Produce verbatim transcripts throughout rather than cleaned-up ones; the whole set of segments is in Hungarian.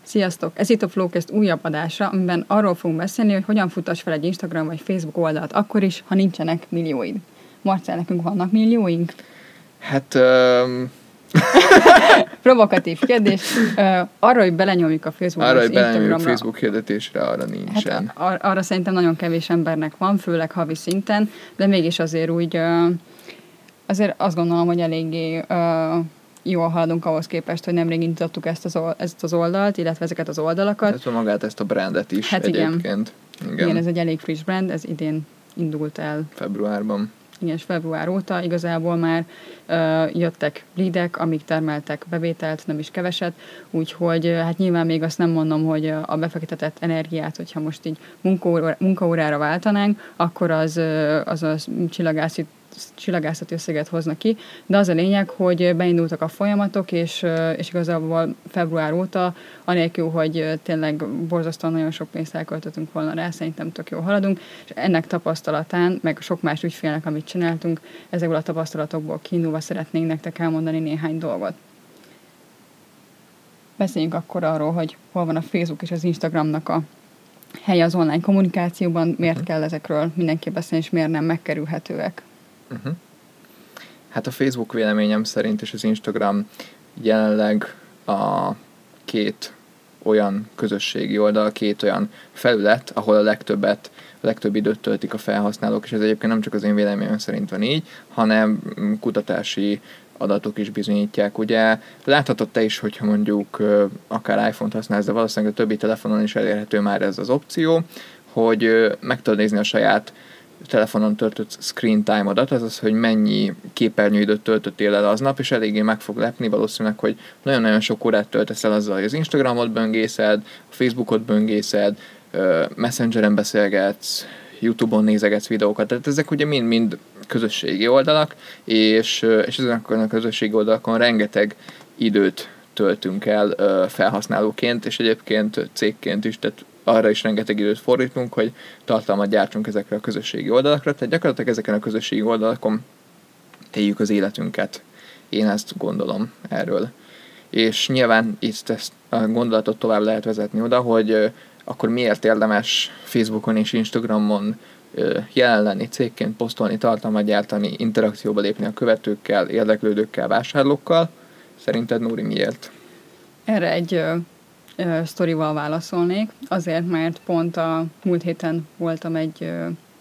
Sziasztok! Ez itt a Flowcast újabb adása, amiben arról fogunk beszélni, hogy hogyan futtass fel egy Instagram vagy Facebook oldalt akkor is, ha nincsenek millióid. Marcell, nekünk vannak millióink? Hát... Um... Provokatív kérdés. Uh, arra, hogy belenyomjuk a Facebookra arra, és hogy belenyomjuk Instagramra. Facebook hirdetésre, arra nincsen. Hát ar- arra szerintem nagyon kevés embernek van, főleg havi szinten, de mégis azért úgy, uh, azért azt gondolom, hogy eléggé uh, jól haladunk ahhoz képest, hogy nemrég indítottuk ezt az, old- ezt az oldalt, illetve ezeket az oldalakat. Tehát magát ezt a brandet is hát egyébként. Igen. Igen. igen, ez egy elég friss brand, ez idén indult el. Februárban. Igen, és február óta igazából már uh, jöttek leadek, amik termeltek bevételt, nem is keveset, úgyhogy uh, hát nyilván még azt nem mondom, hogy uh, a befektetett energiát, hogyha most így munkaóra, munkaórára váltanánk, akkor az uh, az a csillagászat, csillagászati összeget hozna ki, de az a lényeg, hogy beindultak a folyamatok, és, uh, és igazából február óta, anélkül, hogy uh, tényleg borzasztóan nagyon sok pénzt elköltöttünk volna rá, szerintem tök jól haladunk, és ennek tapasztalatán, meg sok más ügyfélnek, amit csináltunk, ezekből a tapasztalatokból kiindulva szeretnénk nektek elmondani néhány dolgot. Beszéljünk akkor arról, hogy hol van a Facebook és az Instagramnak a helye az online kommunikációban, miért uh-huh. kell ezekről mindenki beszélni, és miért nem megkerülhetőek. Uh-huh. Hát a Facebook véleményem szerint és az Instagram jelenleg a két olyan közösségi oldal, két olyan felület, ahol a legtöbbet, a legtöbb időt töltik a felhasználók, és ez egyébként nem csak az én véleményem szerint van így, hanem kutatási adatok is bizonyítják. Ugye láthatod te is, hogyha mondjuk akár iPhone-t használsz, de valószínűleg a többi telefonon is elérhető már ez az opció, hogy meg tudod nézni a saját telefonon töltött screen time-odat, azaz, hogy mennyi képernyőidőt töltöttél el aznap, és eléggé meg fog lepni valószínűleg, hogy nagyon-nagyon sok órát töltesz el azzal, hogy az Instagramot böngészed, a Facebookot böngészed, Messengeren beszélgetsz, YouTube-on nézegetsz videókat, tehát ezek ugye mind-mind közösségi oldalak, és, és ezeken a közösségi oldalakon rengeteg időt töltünk el felhasználóként, és egyébként cégként is, tehát arra is rengeteg időt fordítunk, hogy tartalmat gyártsunk ezekre a közösségi oldalakra, tehát gyakorlatilag ezeken a közösségi oldalakon éljük az életünket. Én ezt gondolom erről. És nyilván itt ezt a gondolatot tovább lehet vezetni oda, hogy akkor miért érdemes Facebookon és Instagramon jelen lenni, cégként posztolni, tartalmat gyártani, interakcióba lépni a követőkkel, érdeklődőkkel, vásárlókkal. Szerinted, Nóri, miért? Erre egy sztorival válaszolnék, azért, mert pont a múlt héten voltam egy,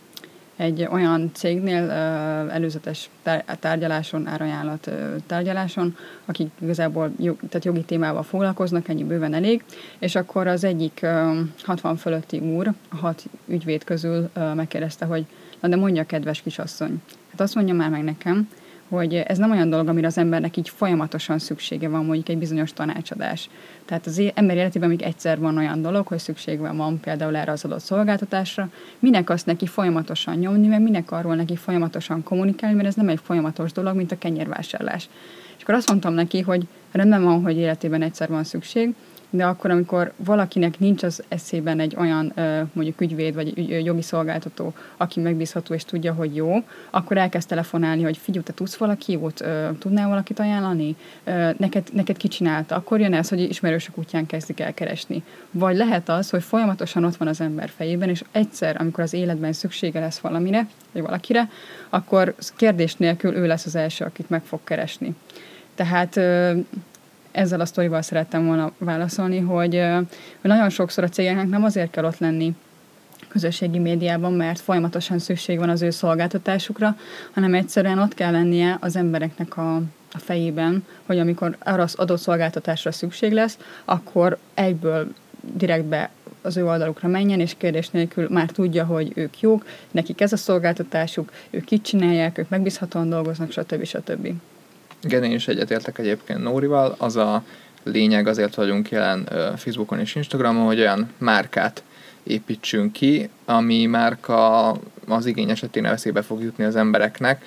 egy olyan cégnél előzetes tárgyaláson, árajánlat tárgyaláson, akik igazából jog, tehát jogi témával foglalkoznak, ennyi bőven elég, és akkor az egyik hatvan fölötti úr, a hat ügyvéd közül megkérdezte, hogy na de mondja, kedves kisasszony, hát azt mondja már meg nekem, hogy ez nem olyan dolog, amire az embernek így folyamatosan szüksége van, mondjuk egy bizonyos tanácsadás. Tehát az ember életében még egyszer van olyan dolog, hogy szüksége van például erre az adott szolgáltatásra, minek azt neki folyamatosan nyomni, meg minek arról neki folyamatosan kommunikálni, mert ez nem egy folyamatos dolog, mint a kenyérvásárlás. És akkor azt mondtam neki, hogy rendben van, hogy életében egyszer van szükség, de akkor, amikor valakinek nincs az eszében egy olyan mondjuk ügyvéd vagy jogi szolgáltató, aki megbízható és tudja, hogy jó, akkor elkezd telefonálni, hogy figyelj, te tudsz valaki jót, tudnál valakit ajánlani, neked, neked ki csinálta. Akkor jön ez, hogy ismerősök útján kezdik el keresni. Vagy lehet az, hogy folyamatosan ott van az ember fejében, és egyszer, amikor az életben szüksége lesz valamire, vagy valakire, akkor kérdés nélkül ő lesz az első, akit meg fog keresni. Tehát ezzel a sztorival szerettem volna válaszolni, hogy, hogy nagyon sokszor a cégeknek nem azért kell ott lenni közösségi médiában, mert folyamatosan szükség van az ő szolgáltatásukra, hanem egyszerűen ott kell lennie az embereknek a, a fejében, hogy amikor arra az adott szolgáltatásra szükség lesz, akkor egyből direktbe az ő oldalukra menjen, és kérdés nélkül már tudja, hogy ők jók, nekik ez a szolgáltatásuk, ők kit csinálják, ők megbízhatóan dolgoznak, stb. stb. Igen, én is egyetértek egyébként Nórival. Az a lényeg, azért vagyunk jelen Facebookon és Instagramon, hogy olyan márkát építsünk ki, ami márka az igény esetén veszélybe fog jutni az embereknek,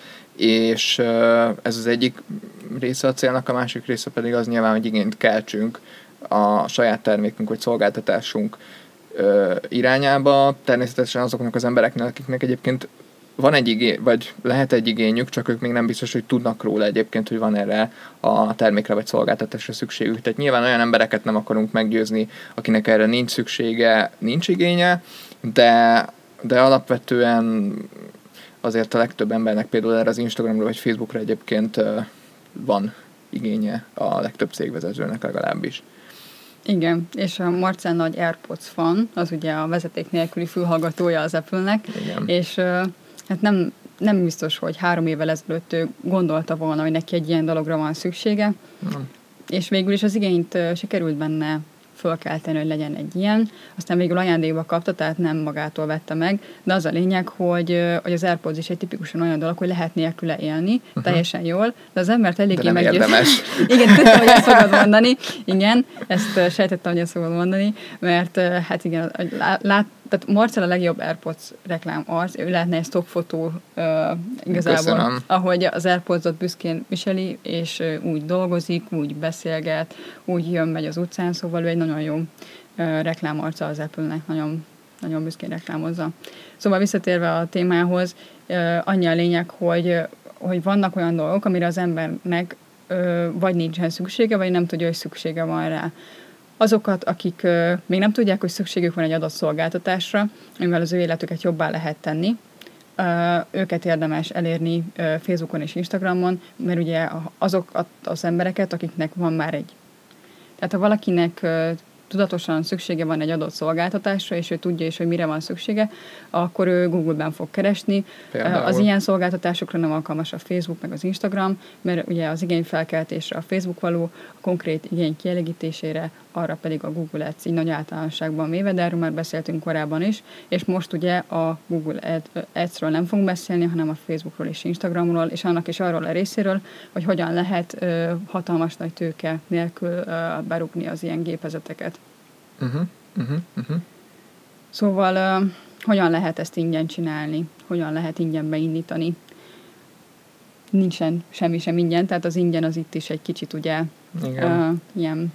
és ez az egyik része a célnak, a másik része pedig az nyilván, hogy igényt keltsünk a saját termékünk vagy szolgáltatásunk irányába, természetesen azoknak az embereknek, akiknek egyébként van egy igény, vagy lehet egy igényük, csak ők még nem biztos, hogy tudnak róla egyébként, hogy van erre a termékre vagy szolgáltatásra szükségük. Tehát nyilván olyan embereket nem akarunk meggyőzni, akinek erre nincs szüksége, nincs igénye, de, de alapvetően azért a legtöbb embernek például erre az Instagramra vagy Facebookra egyébként van igénye, a legtöbb cégvezetőnek legalábbis. Igen, és a Marcell nagy AirPods fan, az ugye a vezeték nélküli fülhallgatója az Apple-nek, Igen. és hát nem, nem biztos, hogy három évvel ezelőtt ő gondolta volna, hogy neki egy ilyen dologra van szüksége, Nem. és végül is az igényt sikerült benne fölkelteni, hogy legyen egy ilyen. Aztán végül ajándékba kapta, tehát nem magától vette meg, de az a lényeg, hogy, hogy az AirPods is egy tipikusan olyan dolog, hogy lehet nélküle élni, uh-huh. teljesen jól, de az embert eléggé meggyőz. érdemes. Igen, tudtam, hogy ezt fogod mondani. Igen, ezt sejtettem, hogy ezt fogod mondani, mert hát igen, lát, tehát Marcell a legjobb AirPods reklám arc, ő lehetne egy stockfotó uh, igazából, Köszönöm. ahogy az AirPods-ot büszkén viseli, és uh, úgy dolgozik, úgy beszélget, úgy jön, megy az utcán, szóval ő egy nagyon jó uh, reklámarca az Apple-nek, nagyon, nagyon büszkén reklámozza. Szóval visszatérve a témához, uh, annyi a lényeg, hogy, uh, hogy vannak olyan dolgok, amire az embernek uh, vagy nincsen szüksége, vagy nem tudja, hogy szüksége van rá. Azokat, akik uh, még nem tudják, hogy szükségük van egy adott szolgáltatásra, amivel az ő életüket jobbá lehet tenni, uh, őket érdemes elérni uh, Facebookon és Instagramon, mert ugye azok az embereket, akiknek van már egy... Tehát ha valakinek uh, tudatosan szüksége van egy adott szolgáltatásra, és ő tudja is, hogy mire van szüksége, akkor ő Google-ben fog keresni. Például. Az ilyen szolgáltatásokra nem alkalmas a Facebook meg az Instagram, mert ugye az igényfelkeltésre a Facebook való, a konkrét igény kielégítésére, arra pedig a Google Ads így nagy általánosságban véve, de erről már beszéltünk korábban is, és most ugye a Google Ads-ről nem fogunk beszélni, hanem a Facebookról és Instagramról, és annak is arról a részéről, hogy hogyan lehet uh, hatalmas nagy tőke nélkül uh, berúgni az ilyen gépezeteket. Uh-huh, uh-huh, uh-huh. Szóval uh, hogyan lehet ezt ingyen csinálni? Hogyan lehet ingyen beindítani? Nincsen semmi sem ingyen, tehát az ingyen az itt is egy kicsit ugye uh, ilyen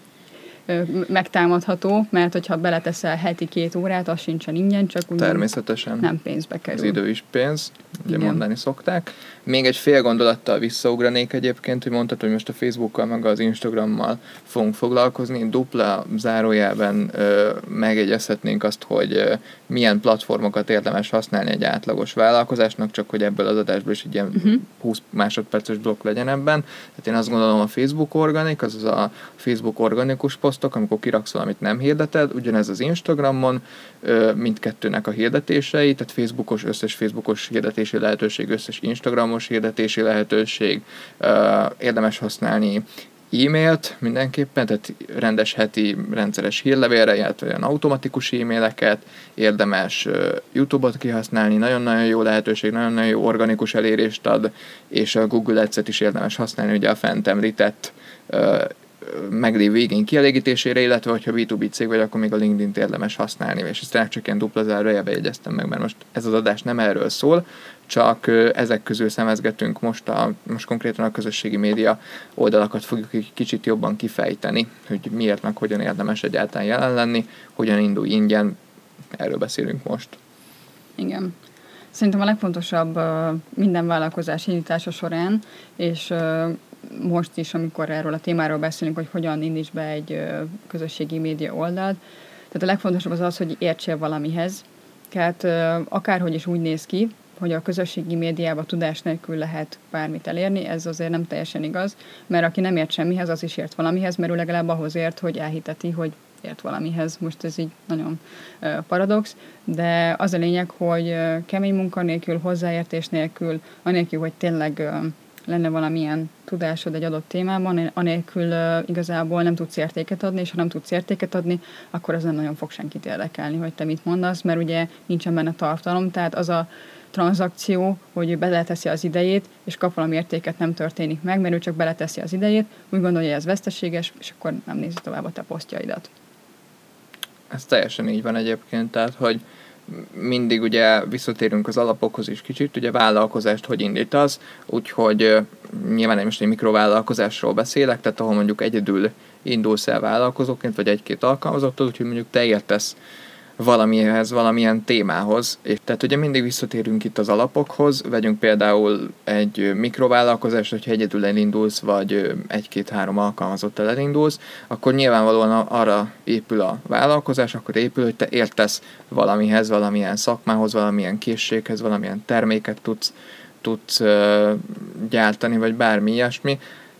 megtámadható, mert hogyha beleteszel heti két órát, az sincsen ingyen, csak úgy természetesen nem pénzbe kerül. Az idő is pénz, ugye igen. mondani szokták. Még egy fél gondolattal visszaugranék egyébként, hogy mondtad, hogy most a Facebookkal meg az Instagrammal fogunk foglalkozni. Dupla zárójelben ö, megjegyezhetnénk azt, hogy ö, milyen platformokat érdemes használni egy átlagos vállalkozásnak, csak hogy ebből az adásból is egy ilyen uh-huh. húsz másodperces blokk legyen ebben. Tehát én azt gondolom, a Facebook organik, azaz a Facebook organikus posztok, amikor kiraksz valamit, nem hirdeted, ugyanez az Instagramon, ö, mindkettőnek a hirdetései, tehát Facebookos, összes Facebookos hirdetési lehetőség, összes Instagramos hirdetési lehetőség, ö, érdemes használni e-mailt mindenképpen, tehát rendes heti rendszeres hírlevélre, illetve olyan automatikus e-maileket, érdemes uh, YouTube-ot kihasználni, nagyon-nagyon jó lehetőség, nagyon-nagyon jó organikus elérést ad, és a Google Ads-et is érdemes használni, ugye a fent említett uh, meglévő igény kielégítésére, illetve hogyha bé kettő bé cég vagy, akkor még a LinkedIn-t érdemes használni, és ezt csak ilyen dupla zárójelbe jegyeztem meg, mert most ez az adás nem erről szól, csak ezek közül szemezgetünk most, a, most konkrétan a közösségi média oldalakat fogjuk egy kicsit jobban kifejteni, hogy miért meg hogyan érdemes egyáltalán jelen lenni, hogyan indulj ingyen, erről beszélünk most. Igen. Szerintem a legfontosabb minden vállalkozás indítása során, és most is, amikor erről a témáról beszélünk, hogy hogyan indíts be egy közösségi média oldalt. Tehát a legfontosabb az az, hogy értsél valamihez. Tehát akárhogy is úgy néz ki, hogy a közösségi médiában tudás nélkül lehet bármit elérni, ez azért nem teljesen igaz, mert aki nem ért semmihez, az is ért valamihez, mert ő legalább ahhoz ért, hogy elhiteti, hogy ért valamihez. Most ez így nagyon uh, paradox, de az a lényeg, hogy uh, kemény munka nélkül, hozzáértés nélkül, anélkül, hogy tényleg uh, lenne valamilyen tudásod egy adott témában, anélkül uh, igazából nem tudsz értéket adni, és ha nem tudsz értéket adni, akkor az nem nagyon fog senkit érdekelni, hogy te mit mondasz, mert ugye nincsen benne tartalom, tehát az a tranzakció, hogy beleteszi az idejét, és kap valami értéket, nem történik meg, mert ő csak beleteszi az idejét, úgy gondolja, hogy ez veszteséges, és akkor nem nézi tovább a te posztjaidat. Ez teljesen így van egyébként, tehát, hogy mindig ugye visszatérünk az alapokhoz is kicsit, ugye vállalkozást hogy indítasz, úgyhogy nyilván most egy mikrovállalkozásról beszélek, tehát ahol mondjuk egyedül indulsz el vállalkozóként, vagy egy-két alkalmazottól, úgyhogy mondjuk te értesz valamihez, valamilyen témához. És tehát ugye mindig visszatérünk itt az alapokhoz, vegyünk például egy mikrovállalkozást, hogyha egyedül elindulsz, vagy egy-két-három alkalmazottal elindulsz, akkor nyilvánvalóan arra épül a vállalkozás, akkor épül, hogy te értesz valamihez, valamilyen szakmához, valamilyen készséghez, valamilyen terméket tudsz, tudsz uh, gyártani, vagy bármi ilyesmi,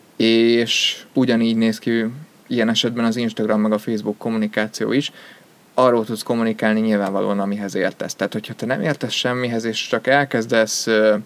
és ugyanígy néz ki ilyen esetben az Instagram meg a Facebook kommunikáció is, arról tudsz kommunikálni nyilvánvalóan, amihez értesz. Tehát, hogyha te nem értesz semmihez, és csak elkezdesz uh,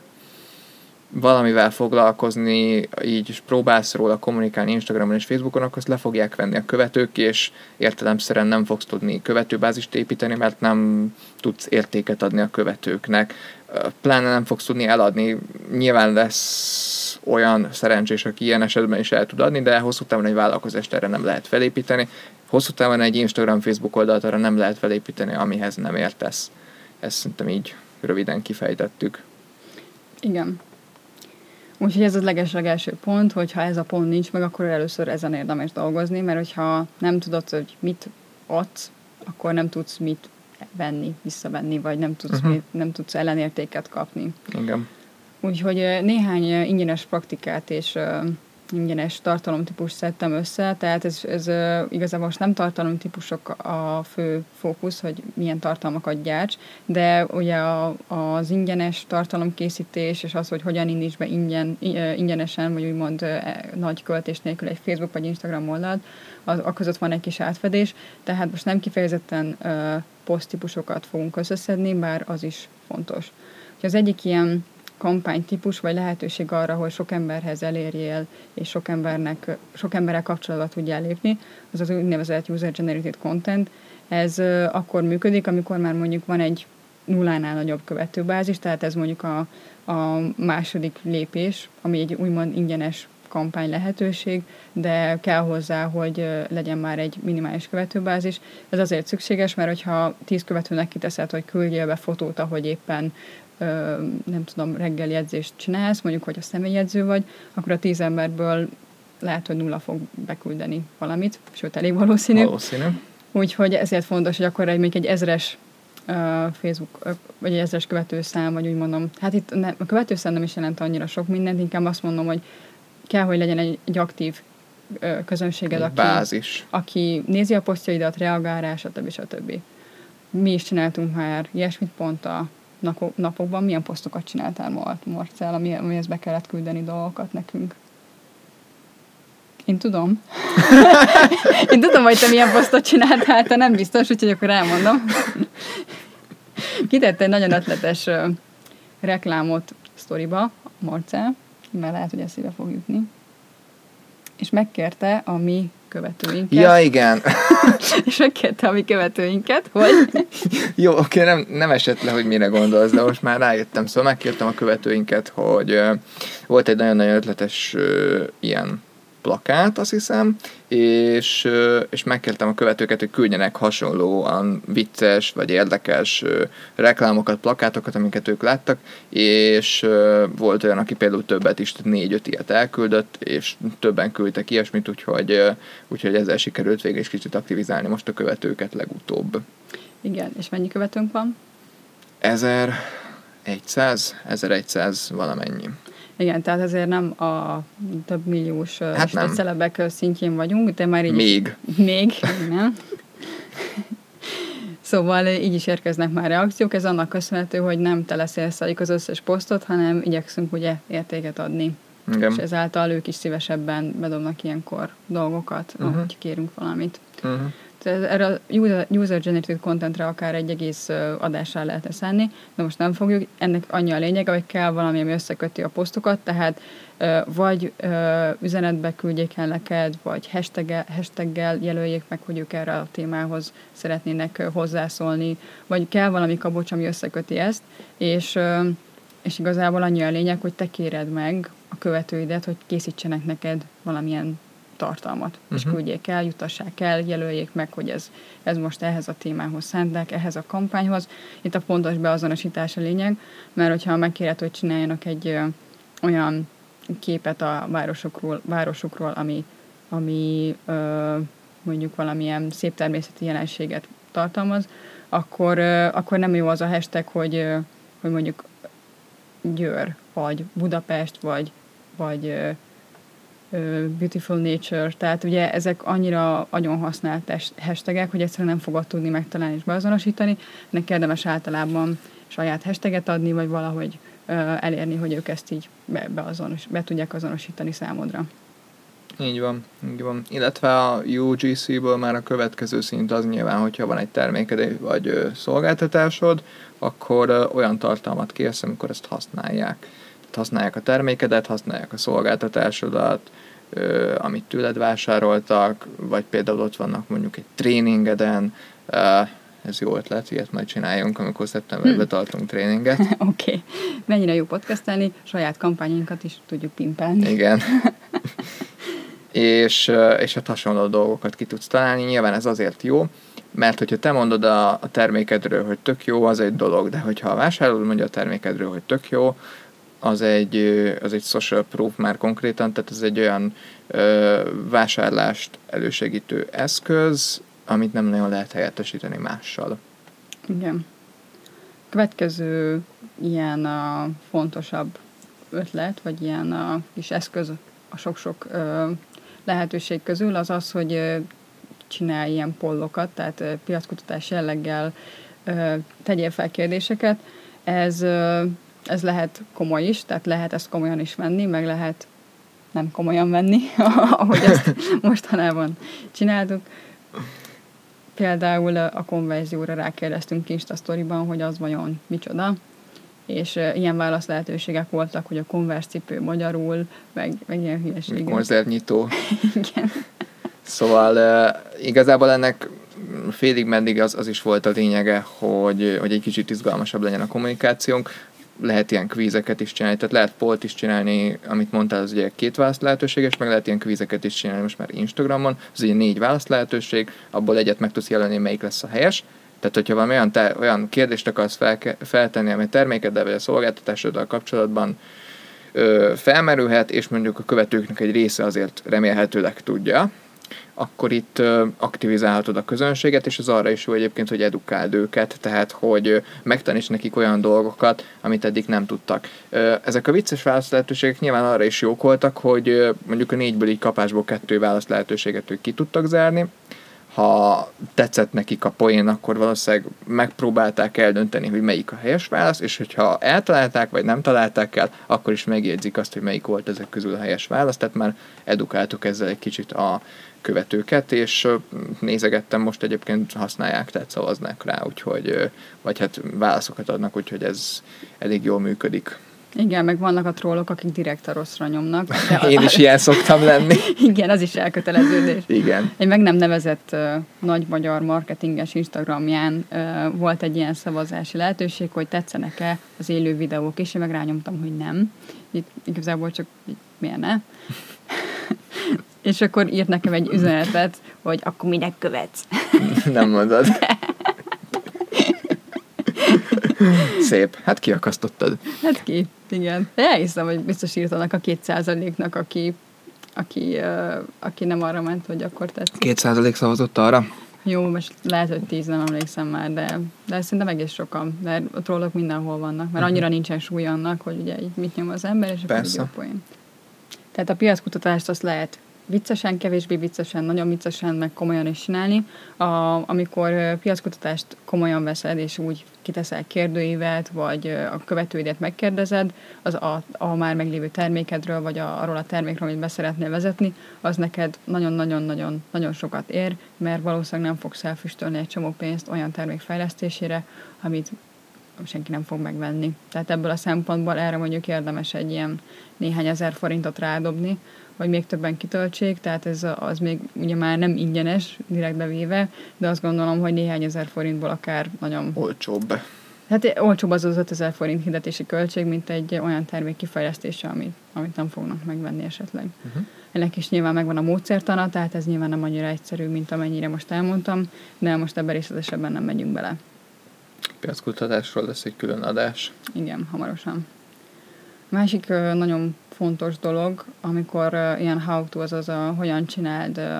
valamivel foglalkozni, így is próbálsz róla kommunikálni Instagramon és Facebookon, akkor azt le fogják venni a követők, és értelemszerűen nem fogsz tudni követőbázist építeni, mert nem tudsz értéket adni a követőknek. Pláne nem fogsz tudni eladni. Nyilván lesz olyan szerencsés, aki ilyen esetben is el tud adni, de hosszú távon egy vállalkozást erre nem lehet felépíteni. Hosszú távon egy Instagram, Facebook oldalt arra nem lehet felépíteni, amihez nem értesz. Ezt szerintem így röviden kifejtettük. Igen. Úgyhogy ez az legeslegelső pont, hogyha ez a pont nincs meg, akkor először ezen érdemes dolgozni, mert hogyha nem tudod, hogy mit adsz, akkor nem tudsz mit venni, visszavenni, vagy nem tudsz, uh-huh. mit, nem tudsz ellenértéket kapni. Igen. Úgyhogy néhány ingyenes praktikát és uh, ingyenes tartalomtípust szedtem össze, tehát ez, ez uh, igazából most nem tartalomtípusok a fő fókusz, hogy milyen tartalmakat gyárts, de ugye a, az ingyenes tartalomkészítés, és az, hogy hogyan indíts be ingyen, ingyenesen, vagy úgymond uh, nagy költés nélkül egy Facebook vagy Instagram oldalt, az, a között van egy kis átfedés, tehát most nem kifejezetten uh, poszttípusokat fogunk összeszedni, bár az is fontos. Az egyik ilyen kampánytípus, vagy lehetőség arra, hogy sok emberhez elérjél, és sok embernek, sok emberrel kapcsolatba tudjál lépni, az az úgynevezett user-generated content. Ez uh, akkor működik, amikor már mondjuk van egy nullánál nagyobb követőbázis, tehát ez mondjuk a, a második lépés, ami egy úgymond ingyenes kampány lehetőség, de kell hozzá, hogy legyen már egy minimális követőbázis. Ez azért szükséges, mert hogyha tíz követőnek kiteszed, hogy küldjél be fotót, ahogy éppen nem tudom, reggeli edzést csinálsz, mondjuk, hogy a személyedző vagy, akkor a tíz emberből lehet, hogy nulla fog beküldeni valamit, sőt, elég valószínű. Valószínű. Úgyhogy ezért fontos, hogy akkor egy, még egy ezres uh, Facebook, uh, vagy egy ezres követőszám, vagy úgy mondom, hát itt ne, a követőszám nem is jelent annyira sok mindent, inkább azt mondom, hogy kell, hogy legyen egy, egy aktív uh, közönséged, aki, bázis. Aki nézi a posztjaidat, reagál rá, stb. stb. Mi is csináltunk már ilyesmit pont a napokban. Milyen posztokat csináltál, Marcell, amihez be kellett küldeni dolgokat nekünk? Én tudom. Én tudom, hogy te milyen posztot csináltál, te nem biztos, úgyhogy akkor elmondom. Kitett egy nagyon ötletes uh, reklámot sztoriba, Marcell, mert lehet, hogy eszébe fog jutni. És megkérte a mi követőinket. Ja, igen. És megkérte a mi követőinket, hogy... Jó, oké, nem, nem esett le, hogy mire gondolsz, de most már rájöttem. Szóval megkértem a követőinket, hogy uh, volt egy nagyon-nagyon ötletes uh, ilyen plakát, azt hiszem, és, uh, és megkértem a követőket, hogy küldjenek hasonlóan vicces vagy érdekes uh, reklámokat, plakátokat, amiket ők láttak, és uh, volt olyan, aki például többet is, négy-öt ilyet elküldött, és többen küldtek ilyesmit, úgyhogy, uh, úgyhogy ezzel sikerült végül is kicsit aktivizálni most a követőket legutóbb. Igen, és mennyi követőnk van? ezerszáz, ezerszáz valamennyi. Igen, tehát ezért nem a több milliós hát nem. celebek szintjén vagyunk, de már így Még. Is, még, nem. Szóval így is érkeznek már reakciók, ez annak köszönhető, hogy nem teleszélszalik az összes posztot, hanem igyekszünk ugye értéket adni. Igen. És ezáltal ők is szívesebben bedobnak ilyenkor dolgokat, uh-huh. ahogy kérünk valamit. Uh-huh. Erre a user-generated contentre akár egy egész adással lehetne szánni, de most nem fogjuk. Ennek annyi a lényege, hogy kell valami, ami összeköti a posztokat, tehát vagy üzenetbe küldjék el neked, vagy hashtaggel, hashtaggel jelöljék meg, hogy ők erre a témához szeretnének hozzászólni, vagy kell valami kabocs, ami összeköti ezt, és, és igazából annyi a lényeg, hogy te kéred meg a követőidet, hogy készítsenek neked valamilyen tartalmat, uh-huh. és küldjék el, jutassák el, jelöljék meg, hogy ez, ez most ehhez a témához szánták, ehhez a kampányhoz. Itt a pontos beazonosítás a lényeg, mert hogyha megkéred, hogy csináljanak egy ö, olyan képet a városokról, városokról ami, ami ö, mondjuk valamilyen szép természeti jelenséget tartalmaz, akkor, akkor nem jó az a hashtag, hogy, hogy mondjuk Győr, vagy Budapest, vagy, vagy Beautiful Nature, tehát ugye ezek annyira nagyon használt hashtagek, hogy egyszerűen nem fogod tudni megtalálni és beazonosítani, ennek érdemes általában saját hashtaget adni, vagy valahogy elérni, hogy ők ezt így be, beazonos, be tudják azonosítani számodra. Így van, így van. Illetve a U G C-ből már a következő szint az nyilván, hogyha van egy terméked vagy ö, szolgáltatásod, akkor ö, olyan tartalmat kérsz, amikor ezt használják. Tehát használják a termékedet, használják a szolgáltatásodat, ö, amit tőled vásároltak, vagy például ott vannak mondjuk egy tréningeden, ö, ez jó ötlet, ilyet majd csináljunk, amikor szeptemberben hmm. tartunk tréninget. Oké. Okay. Mennyire jó podcastelni, saját kampányinkat is tudjuk pimpálni. Igen. és, és hát hasonló dolgokat ki tudsz találni. Nyilván ez azért jó, mert hogyha te mondod a, a termékedről, hogy tök jó, az egy dolog, de hogyha a vásárló mondja a termékedről, hogy tök jó, az egy, az egy social proof már konkrétan, tehát ez egy olyan ö, vásárlást elősegítő eszköz, amit nem nagyon lehet helyettesíteni mással. Igen. Következő ilyen a fontosabb ötlet, vagy ilyen a kis eszköz a sok-sok ö, lehetőség közül az az, hogy ö, csinálj ilyen pollokat, tehát ö, piackutatás jelleggel ö, tegyél fel kérdéseket. Ez, ö, ez lehet komoly is, tehát lehet ezt komolyan is venni, meg lehet nem komolyan venni, ahogy ezt mostanában csináltuk. Például a konverzióra rákérdeztünk Insta Storyban, hogy az vajon micsoda, és uh, ilyen válasz lehetőségek voltak, hogy a Converse cipő magyarul, meg, meg ilyen hülyeségek. Konzervnyitó. Igen. Szóval uh, igazából ennek félig meddig az, az is volt a lényege, hogy, hogy egy kicsit izgalmasabb legyen a kommunikációnk. Lehet ilyen kvízeket is csinálni, tehát lehet pollt is csinálni, amit mondtál, az ugye két válasz lehetőséges, meg lehet ilyen kvízeket is csinálni most már Instagramon, az ugye négy válasz lehetőség, abból egyet meg tudsz jelölni, melyik lesz a helyes. Tehát, hogyha valami olyan, te, olyan kérdést akarsz felke, feltenni, ami termékeddel vagy a szolgáltatásoddal kapcsolatban ö, felmerülhet, és mondjuk a követőknek egy része azért remélhetőleg tudja, akkor itt ö, aktivizálhatod a közönséget, és az arra is jó egyébként, hogy edukáld őket, tehát hogy ö, megtaníts nekik olyan dolgokat, amit eddig nem tudtak. Ö, ezek a vicces válasz lehetőségek nyilván arra is jók voltak, hogy ö, mondjuk a négyből így kapásból kettő válasz lehetőséget ők ki tudtak zárni. Ha tetszett nekik a poén, akkor valószínűleg megpróbálták eldönteni, hogy melyik a helyes válasz, és hogyha eltalálták, vagy nem találták el, akkor is megjegyzik azt, hogy melyik volt ezek közül a helyes válasz, tehát már edukáltuk ezzel egy kicsit a követőket, és nézegettem, most egyébként használják, tehát szavaznak rá, úgyhogy, vagy hát válaszokat adnak, úgyhogy ez elég jól működik. Igen, meg vannak a trollok, akik direkt a rosszra nyomnak. De Én is ilyen szoktam lenni. Igen, az is elköteleződés. Igen. Egy meg nem nevezett uh, nagy magyar marketinges Instagramján uh, volt egy ilyen szavazási lehetőség, hogy tetszenek-e az élő videók, és én meg rányomtam, hogy nem. Itt igazából csak miért ne? És akkor írt nekem egy üzenetet, hogy akkor minek követsz. Nem mondod. Szép. Hát kiakasztottad. Hát ki, igen. De elhiszem, hogy biztos írtanak a két százaléknak, aki, aki, uh, aki nem arra ment, hogy akkor tetszik. Két százalék szavazott arra? Jó, most lehet, hogy tíz, nem emlékszem már, de, de szerintem egész sokan, de a trollok mindenhol vannak, mert annyira nincsen súly annak, hogy ugye így mit nyom az ember, és akkor így jó poén. Tehát a piackutatást azt lehet viccesen, kevésbé viccesen, nagyon viccesen, meg komolyan is csinálni. A, amikor piackutatást komolyan veszed, és úgy kiteszel kérdőívet, vagy a követőidet megkérdezed, az a, a már meglévő termékedről, vagy a, arról a termékről, amit be szeretnél vezetni, az neked nagyon-nagyon-nagyon nagyon sokat ér, mert valószínűleg nem fogsz elfüstölni egy csomó pénzt olyan termék fejlesztésére, amit senki nem fog megvenni. Tehát ebből a szempontból erre mondjuk érdemes egy ilyen néhány ezer forintot rádobni, vagy még többen kitöltsék, tehát ez az még ugye már nem ingyenes, direkt bevéve, de azt gondolom, hogy néhány ezer forintból akár nagyon... Olcsóbb. Hát olcsóbb az az ötezer forint hirdetési költség, mint egy olyan termék kifejlesztése, amit, amit nem fognak megvenni esetleg. Uh-huh. Ennek is nyilván megvan a módszertana, tehát ez nyilván nem annyira egyszerű, mint amennyire most elmondtam, de most ebben részletesebben nem megyünk bele. Piackutatásról lesz egy külön adás. Igen, hamarosan. Másik nagyon fontos dolog, amikor ilyen how to, azaz a hogyan csináld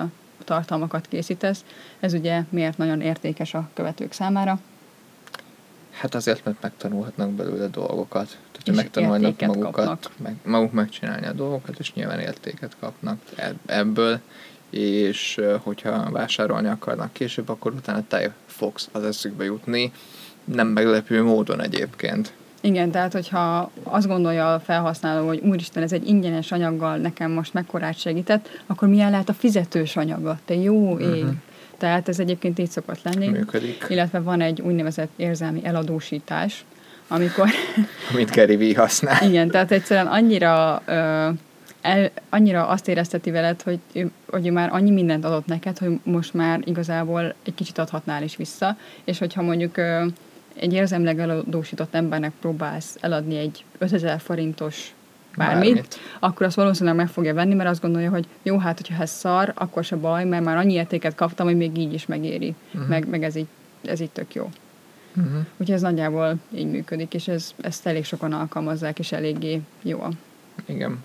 tartalmakat készítesz. Ez ugye miért nagyon értékes a követők számára? Hát azért, mert megtanulhatnak belőle dolgokat. Tehát, hogy És megtanulnak értéket magukat, meg, maguk megcsinálni a dolgokat, és nyilván értéket kapnak ebből, és hogyha vásárolni akarnak később, akkor utána te fogsz az eszükbe jutni, nem meglepő módon egyébként. Igen, tehát hogyha azt gondolja a felhasználó, hogy úristen, ez egy ingyenes anyaggal nekem most mekkorát segített, akkor milyen lehet a fizetős anyaga? Te jó ég! Uh-huh. Tehát ez egyébként így szokott lenni. Működik. Illetve van egy úgynevezett érzelmi eladósítás, amikor... Amit Gary Vee használ. Igen, tehát egyszerűen annyira, ö, el, annyira azt érezteti veled, hogy ő, hogy ő már annyi mindent adott neked, hogy most már igazából egy kicsit adhatnál is vissza, és hogyha mondjuk ö, egy érzelmileg eladósított embernek próbálsz eladni egy ötezer forintos bármit, bármit, akkor azt valószínűleg meg fogja venni, mert azt gondolja, hogy jó, hát, hogyha ez szar, akkor se baj, mert már annyi értéket kaptam, hogy még így is megéri. Uh-huh. Meg, meg ez, így, ez így tök jó. Uh-huh. Úgyhogy ez nagyjából így működik, és ez, ezt elég sokan alkalmazzák, és eléggé jó. Igen.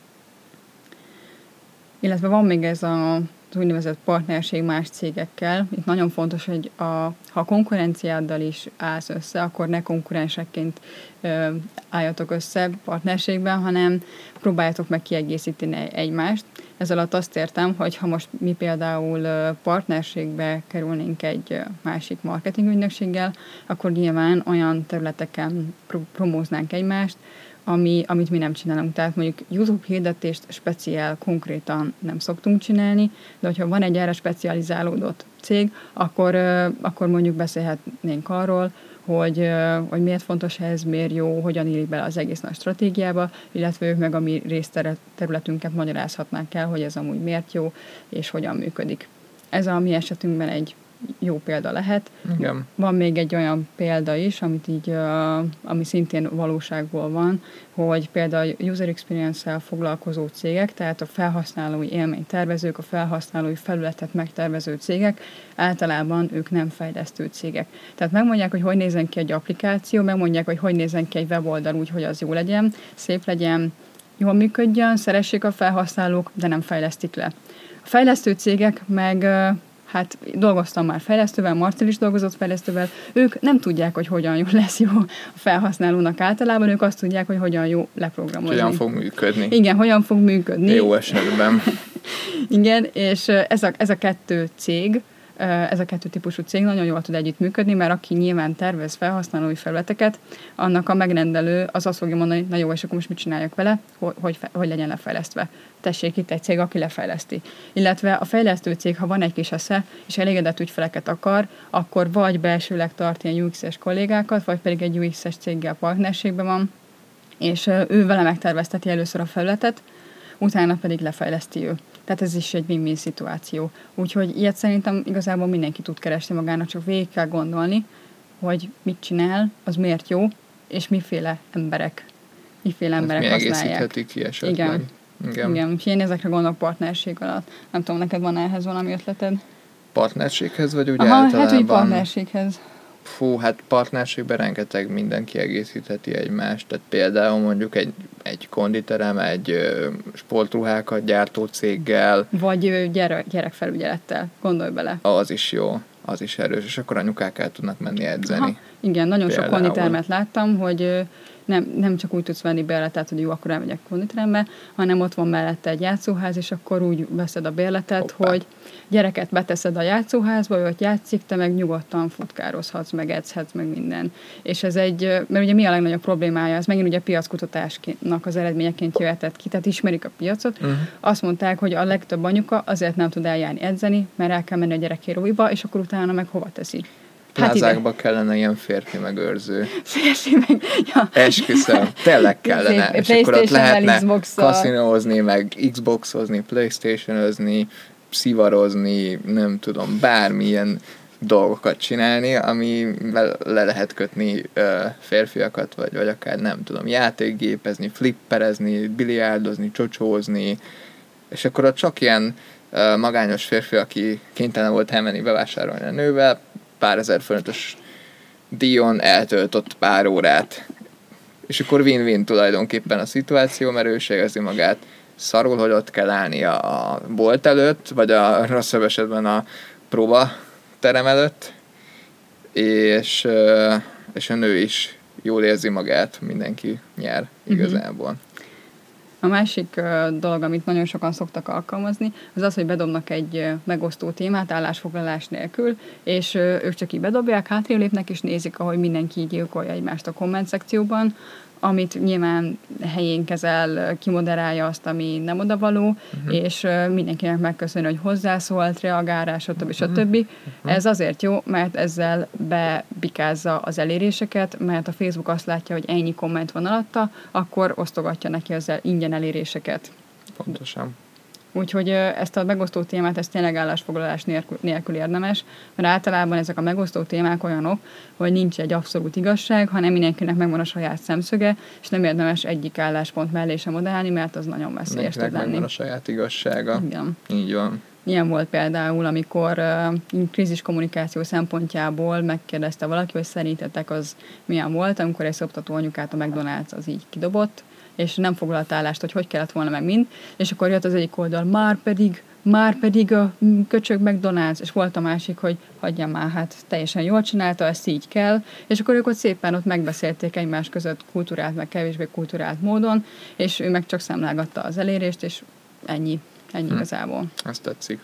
Illetve van még ez a, az úgynevezett partnerség más cégekkel. Itt nagyon fontos, hogy a, ha a konkurenciáddal is állsz össze, akkor ne konkurensekként ö, álljatok össze partnerségben, hanem próbáljátok meg kiegészíteni egymást. Ez alatt azt értem, hogy ha most mi például partnerségbe kerülnénk egy másik marketingügynökséggel, akkor nyilván olyan területeken pro- promóznánk egymást, Ami, amit mi nem csinálunk. Tehát mondjuk YouTube hirdetést speciál konkrétan nem szoktunk csinálni, de hogyha van egy erre specializálódott cég, akkor, akkor mondjuk beszélhetnénk arról, hogy, hogy miért fontos ez, miért jó, hogyan illik bele az egész nagy stratégiába, illetve ők meg a mi részterületünket magyarázhatnánk el, hogy ez amúgy miért jó, és hogyan működik. Ez a mi esetünkben egy jó példa lehet. Igen. Van még egy olyan példa is, amit így, uh, ami szintén valóságból van, hogy például user experience-szel foglalkozó cégek, tehát a felhasználói élménytervezők, a felhasználói felületet megtervező cégek, általában ők nem fejlesztő cégek. Tehát megmondják, hogy hogy nézzen ki egy applikáció, megmondják, hogy hogy nézzen ki egy weboldal úgy, hogy az jó legyen, szép legyen, jól működjön, szeressék a felhasználók, de nem fejlesztik le. A fejlesztő cégek meg hát dolgoztam már fejlesztővel, Marcel is dolgozott fejlesztővel, ők nem tudják, hogy hogyan lesz jó a felhasználónak általában, ők azt tudják, hogy hogyan jó leprogramozni. Hogyan fog működni. Igen, hogyan fog működni. Jó esetben. Igen, és ez a, ez a kettő cég, ez a kettő típusú cég nagyon jól tud együttműködni, mert aki nyilván tervez felhasználói felületeket, annak a megrendelő az azt fogja mondani, na jó, és akkor most mit csináljak vele, hogy, hogy, hogy legyen lefejlesztve. Tessék, itt egy cég, aki lefejleszti. Illetve a fejlesztő cég, ha van egy kis esze, és elégedett ügyfeleket akar, akkor vagy belsőleg tart ilyen u iksz-es kollégákat, vagy pedig egy u iksz-es céggel partnerségben van, és ő vele megtervezteti először a felületet, utána pedig lefejleszti ő. Tehát ez is egy win-win szituáció. Úgyhogy ilyet szerintem igazából mindenki tud keresni magának, csak végig kell gondolni, hogy mit csinál, az miért jó, és miféle emberek, miféle hát emberek mi használják. Mi egészítheti ki esetleg. Igen. Igen. Igen. Úgyhogy én ezekre gondolok partnerség alatt. Nem tudom, neked van ehhez valami ötleted? Partnerséghez, vagy úgy Aha, általában? hát úgy partnerséghez. Fú, hát partnerségben rengeteg minden kiegészítheti egymást. Tehát például mondjuk egy, egy konditerem, egy ö, sportruhákat gyártó céggel. Vagy ö, gyere, gyerekfelügyelettel, gondolj bele. Az is jó, az is erős, és akkor anyukák el tudnak menni edzeni. Aha, igen, nagyon például. Sok konditermet láttam, hogy ö, nem, nem csak úgy tudsz venni bérletet, hogy jó, akkor elmegyek konditerembe, hanem ott van mellette egy játszóház, és akkor úgy veszed a bérletet, hoppá, hogy gyereket beteszed a játszóházba, ő ott játszik, te meg nyugodtan futkározhatsz, meg edzhetsz, meg minden. És ez egy, mert ugye mi a legnagyobb problémája, ez megint ugye piackutatásnak az eredményeként jöhetett ki, tehát ismerik a piacot. Uh-huh. Azt mondták, hogy a legtöbb anyuka azért nem tud eljárni edzeni, mert el kell menni a gyerekéróiba, és akkor utána meg hova teszi. Plázákba hát kellene ilyen férfi megőrző. Férfi meg, ja. Esküszöm, tényleg kellene. Szép, és akkor ott lehetne Xbox-szal. kaszinózni, meg Xboxozni, Playstation-özni, szivarozni, nem tudom, bármilyen dolgokat csinálni, amivel le lehet kötni uh, férfiakat, vagy, vagy akár nem tudom, játékgépezni, flipperezni, biliárdozni, csocsózni, és akkor ott csak ilyen uh, magányos férfi, aki kénytelen volt elmenni bevásárolni a nővel, pár ezer forintos díjon eltöltött pár órát. És akkor win-win tulajdonképpen a szituáció, mert ő se érzi magát szarul, hogy ott kell állni a bolt előtt, vagy a rosszabb esetben a próba terem előtt, és, és a nő is jól érzi magát, mindenki nyer igazából. Uh-huh. A másik uh, dolog, amit nagyon sokan szoktak alkalmazni, az az, hogy bedobnak egy uh, megosztó témát állásfoglalás nélkül, és uh, ők csak így bedobják, hátrébb lépnek, és nézik, ahogy mindenki gyilkolja egymást a komment szekcióban, amit nyilván helyén kezel, kimoderálja azt, ami nem odavaló, uh-huh. és uh, mindenkinek megköszönő, hogy hozzászólt, reagál rá, stb. stb. Uh-huh. Ez azért jó, mert ezzel bebikázza az eléréseket, mert a Facebook azt látja, hogy ennyi komment van alatta, akkor osztogatja neki ezzel ingyen eléréseket. Pontosan. Úgyhogy ezt a megosztó témát, ezt tényleg állásfoglalás nélkül, nélkül érdemes, mert általában ezek a megosztó témák olyanok, hogy nincs egy abszolút igazság, hanem mindenkinek megvan a saját szemszöge, és nem érdemes egyik álláspont mellé sem odaállni, mert az nagyon veszélyes tud lenni. Megvan a saját igazsága. Igen. Így van. Ilyen volt például, amikor uh, krízis kommunikáció szempontjából megkérdezte valaki, hogy szerintetek az milyen volt, amikor egy szoptató anyukát a McDonald's az így kidobott, és nem foglalt állást, hogy hogy kellett volna meg mind, és akkor jött az egyik oldal, már pedig, már pedig a köcsög McDonald's, és volt a másik, hogy hagyja már, hát teljesen jól csinálta, ezt így kell, és akkor ők ott szépen ott megbeszélték egymás között kulturált, meg kevésbé kulturált módon, és ő meg csak számlálgatta az elérést, és ennyi, ennyi hm. igazából. Ezt tetszik.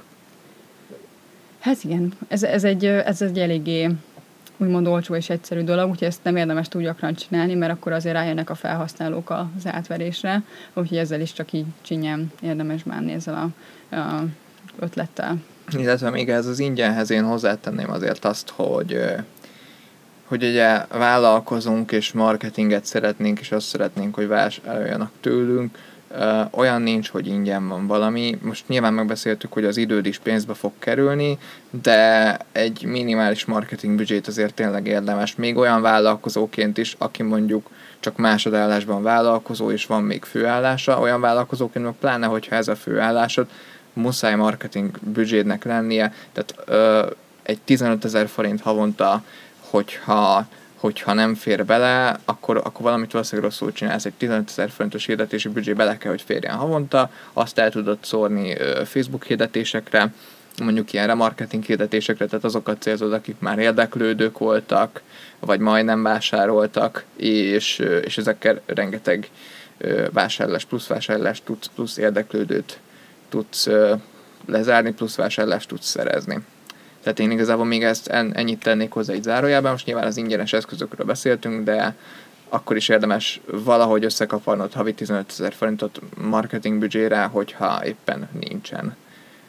Hát igen, ez, ez, egy, ez egy eléggé úgymond olcsó és egyszerű dolog, úgyhogy ezt nem érdemes túl gyakran csinálni, mert akkor azért rájönnek a felhasználók az átverésre, úgyhogy ezzel is csak így csinyán érdemes bánni ezzel a, a ötlettel. Illetve még ez az ingyenhez én hozzátenném azért azt, hogy hogy ugye vállalkozunk és marketinget szeretnénk, és azt szeretnénk, hogy vásároljanak tőlünk, Uh, olyan nincs, hogy ingyen van valami. Most nyilván megbeszéltük, hogy az időd is pénzbe fog kerülni, de egy minimális marketing büdzsét azért tényleg érdemes. Még olyan vállalkozóként is, aki mondjuk csak másodállásban vállalkozó, és van még főállása, olyan vállalkozóként meg pláne, hogyha ez a főállásod, muszáj marketing büdzsédnek lennie. Tehát uh, egy tizenötezer forint havonta, hogyha hogyha nem fér bele, akkor, akkor valamit valószínűleg rosszul csinálsz. Egy tizenötezer forintos hirdetési büdzsé bele kell, hogy férjen havonta, azt el tudod szórni Facebook hirdetésekre, mondjuk ilyen remarketing hirdetésekre, tehát azokat célzod, akik már érdeklődők voltak, vagy majdnem vásároltak, és, és ezekkel rengeteg vásárlás, plusz vásárlást tudsz, plusz érdeklődőt tudsz lezárni, plusz vásárlást tudsz szerezni. Tehát én igazából még ezt ennyit tennék hozzá egy zárójában, most nyilván az ingyenes eszközökről beszéltünk, de akkor is érdemes valahogy összekaparnod havi tizenötezer forintot marketing büdzsére, hogyha éppen nincsen.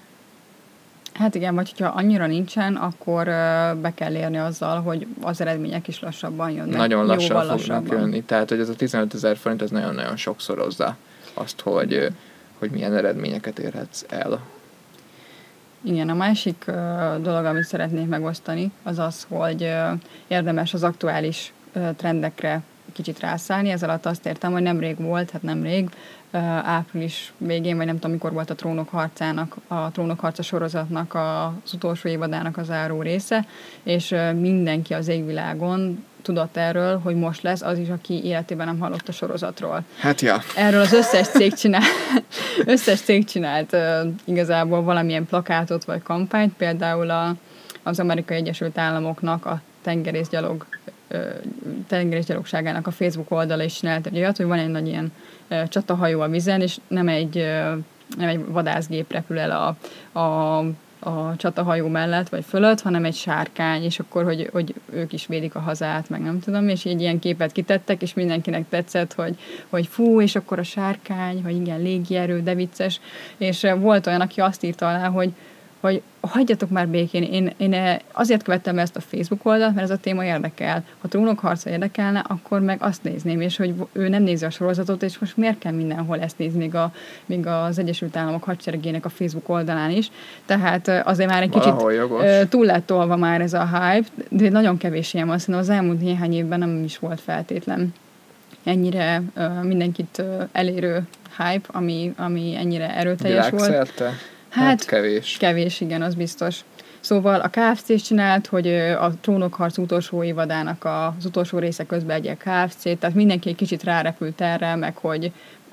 Hát igen, vagy hogyha annyira nincsen, akkor be kell érni azzal, hogy az eredmények is lassabban jönnek. Nagyon lassan fognak lassabban jönni, tehát hogy ez a tizenötezer forint az nagyon-nagyon sokszorozza azt, hogy, hogy milyen eredményeket érhetsz el. Igen, a másik uh, dolog, amit szeretnék megosztani, az az, hogy uh, érdemes az aktuális uh, trendekre kicsit rászállni. Ez alatt azt értem, hogy nemrég volt, hát nemrég, uh, április végén, vagy nem tudom, mikor volt a Trónok harcának, a Trónok harca sorozatnak az utolsó évadának a záró része, és uh, mindenki az égvilágon tudott erről, hogy most lesz, az is, aki életében nem hallott a sorozatról. Hát ja. Erről az összes cég csinált, összes cég csinált uh, igazából valamilyen plakátot vagy kampányt, például a, az Amerikai Egyesült Államoknak a tengerészgyalog, uh, tengerészgyalogságának a Facebook oldala is csinált egy olyat, hogy van egy nagy ilyen uh, csatahajó a vízen, és nem egy, uh, nem egy vadászgép repül el a, a a csatahajó mellett, vagy fölött, hanem egy sárkány, és akkor, hogy, hogy ők is védik a hazát, meg nem tudom, és egy ilyen képet kitettek, és mindenkinek tetszett, hogy, hogy fú, és akkor a sárkány, hogy igen, légierő, de vicces, és volt olyan, aki azt írta alá, hogy hogy hagyjatok már békén, én, én azért követtem ezt a Facebook oldalt, mert ez a téma érdekel. Ha Trónok harca érdekelne, akkor meg azt nézném, és hogy ő nem nézi a sorozatot, és most miért kell mindenhol ezt nézni, még, a, még az Egyesült Államok hadseregének a Facebook oldalán is. Tehát azért már egy Valahol kicsit jogos. Túl lett tolva már ez a hype, de nagyon kevés ilyen van, szerintem az elmúlt néhány évben nem is volt feltétlen ennyire uh, mindenkit uh, elérő hype, ami, ami ennyire erőteljes volt. Világszerte? Hát, hát kevés. Kevés, igen, az biztos. Szóval a ká ef cé is csinált, hogy a Trónokharc utolsó évadának az utolsó része közben egy ká ef cé, tehát mindenki egy kicsit rárepült erre, meg hogy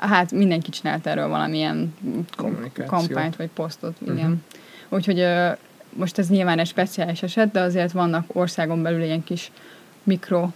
hát mindenki csinált erről valamilyen kampányt vagy posztot, igen. Uh-huh. Úgyhogy most ez nyilván egy speciális eset, de azért vannak országon belül ilyen kis mikro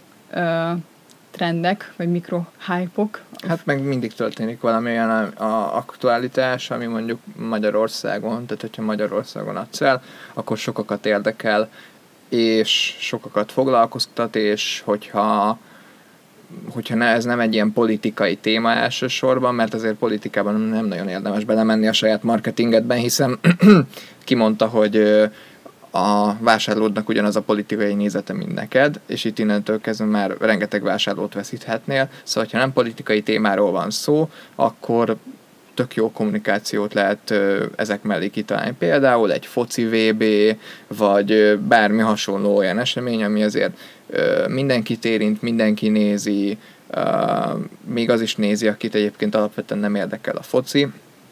trendek, vagy mikro hype-ok. Hát meg mindig történik valami olyan a aktualitás, ami mondjuk Magyarországon, tehát hogyha Magyarországon adsz el, akkor sokakat érdekel, és sokakat foglalkoztat, és hogyha hogyha ne, ez nem egy ilyen politikai téma elsősorban, mert azért politikában nem nagyon érdemes belemenni a saját marketingedben, hiszen kimondta, hogy a vásárlódnak ugyanaz a politikai nézete, mint neked, és itt innentől kezdve már rengeteg vásárlót veszíthetnél. Szóval, ha nem politikai témáról van szó, akkor tök jó kommunikációt lehet ezek mellé kitalálni. Például egy foci vé bé, vagy bármi hasonló olyan esemény, ami azért mindenkit érint, mindenki nézi, még az is nézi, akit egyébként alapvetően nem érdekel a foci,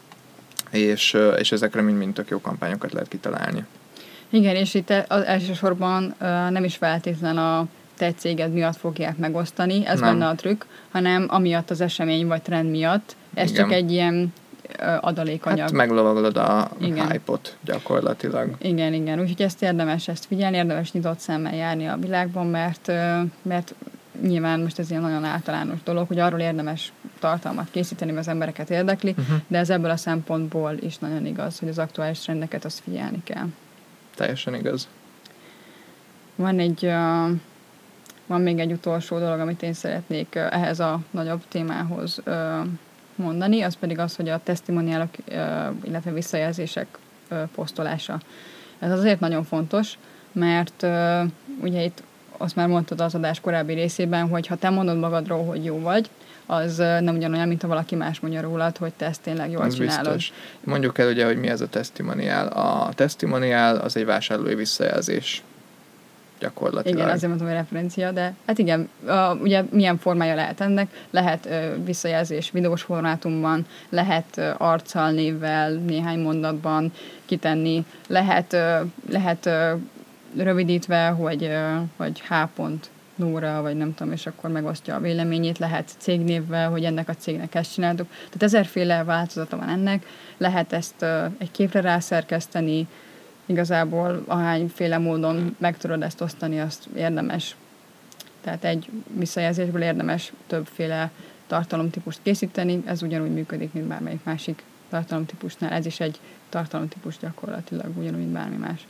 és, és ezekre mind-mind tök jó kampányokat lehet kitalálni. Igen, és itt az elsősorban nem is feltétlen a te céged miatt fogják megosztani, ez nem. benne a trükk, hanem amiatt az esemény vagy trend miatt. Ez Igen. csak egy ilyen adalékanyag. Hát meglovaglod a igen. hype-ot gyakorlatilag. Igen, igen. Úgyhogy ezt érdemes ezt figyelni, érdemes nyitott szemmel járni a világban, mert, mert nyilván most ez ilyen nagyon általános dolog, hogy arról érdemes tartalmat készíteni, mert az embereket érdekli, uh-huh. de ez ebből a szempontból is nagyon igaz, hogy az aktuális trendeket azt figyelni kell. Teljesen igaz. Van egy, uh, van még egy utolsó dolog, amit én szeretnék uh, ehhez a nagyobb témához uh, mondani, az pedig az, hogy a testimoniálok, uh, illetve visszajelzések uh, posztolása. Ez azért nagyon fontos, mert uh, ugye itt azt már mondtad az adás korábbi részében, hogy ha te mondod magadról, hogy jó vagy, az nem ugyanolyan, mint ha valaki más mondja rólad, hogy te ezt tényleg jól az csinálod. Biztos. Mondjuk el ugye, hogy mi ez a testimoniál. A testimoniál az egy vásárlói visszajelzés gyakorlatilag. Igen, azért mondom, hogy referencia, de hát igen, a, ugye milyen formája lehet ennek? Lehet ö, visszajelzés videós formátumban, lehet ö, arccal, névvel, néhány mondatban kitenni, lehet, ö, lehet ö, rövidítve, hogy, ö, hogy H. Nóra, vagy nem tudom, és akkor megosztja a véleményét, lehet cégnévvel, hogy ennek a cégnek ezt csináltuk. Tehát ezerféle változata van ennek, lehet ezt uh, egy képre rászerkeszteni, igazából ahányféle módon meg tudod ezt osztani, azt érdemes. Tehát egy visszajelzésből érdemes többféle tartalomtípust készíteni, ez ugyanúgy működik, mint bármelyik másik tartalomtípusnál, ez is egy tartalomtípus gyakorlatilag, ugyanúgy, mint bármi más.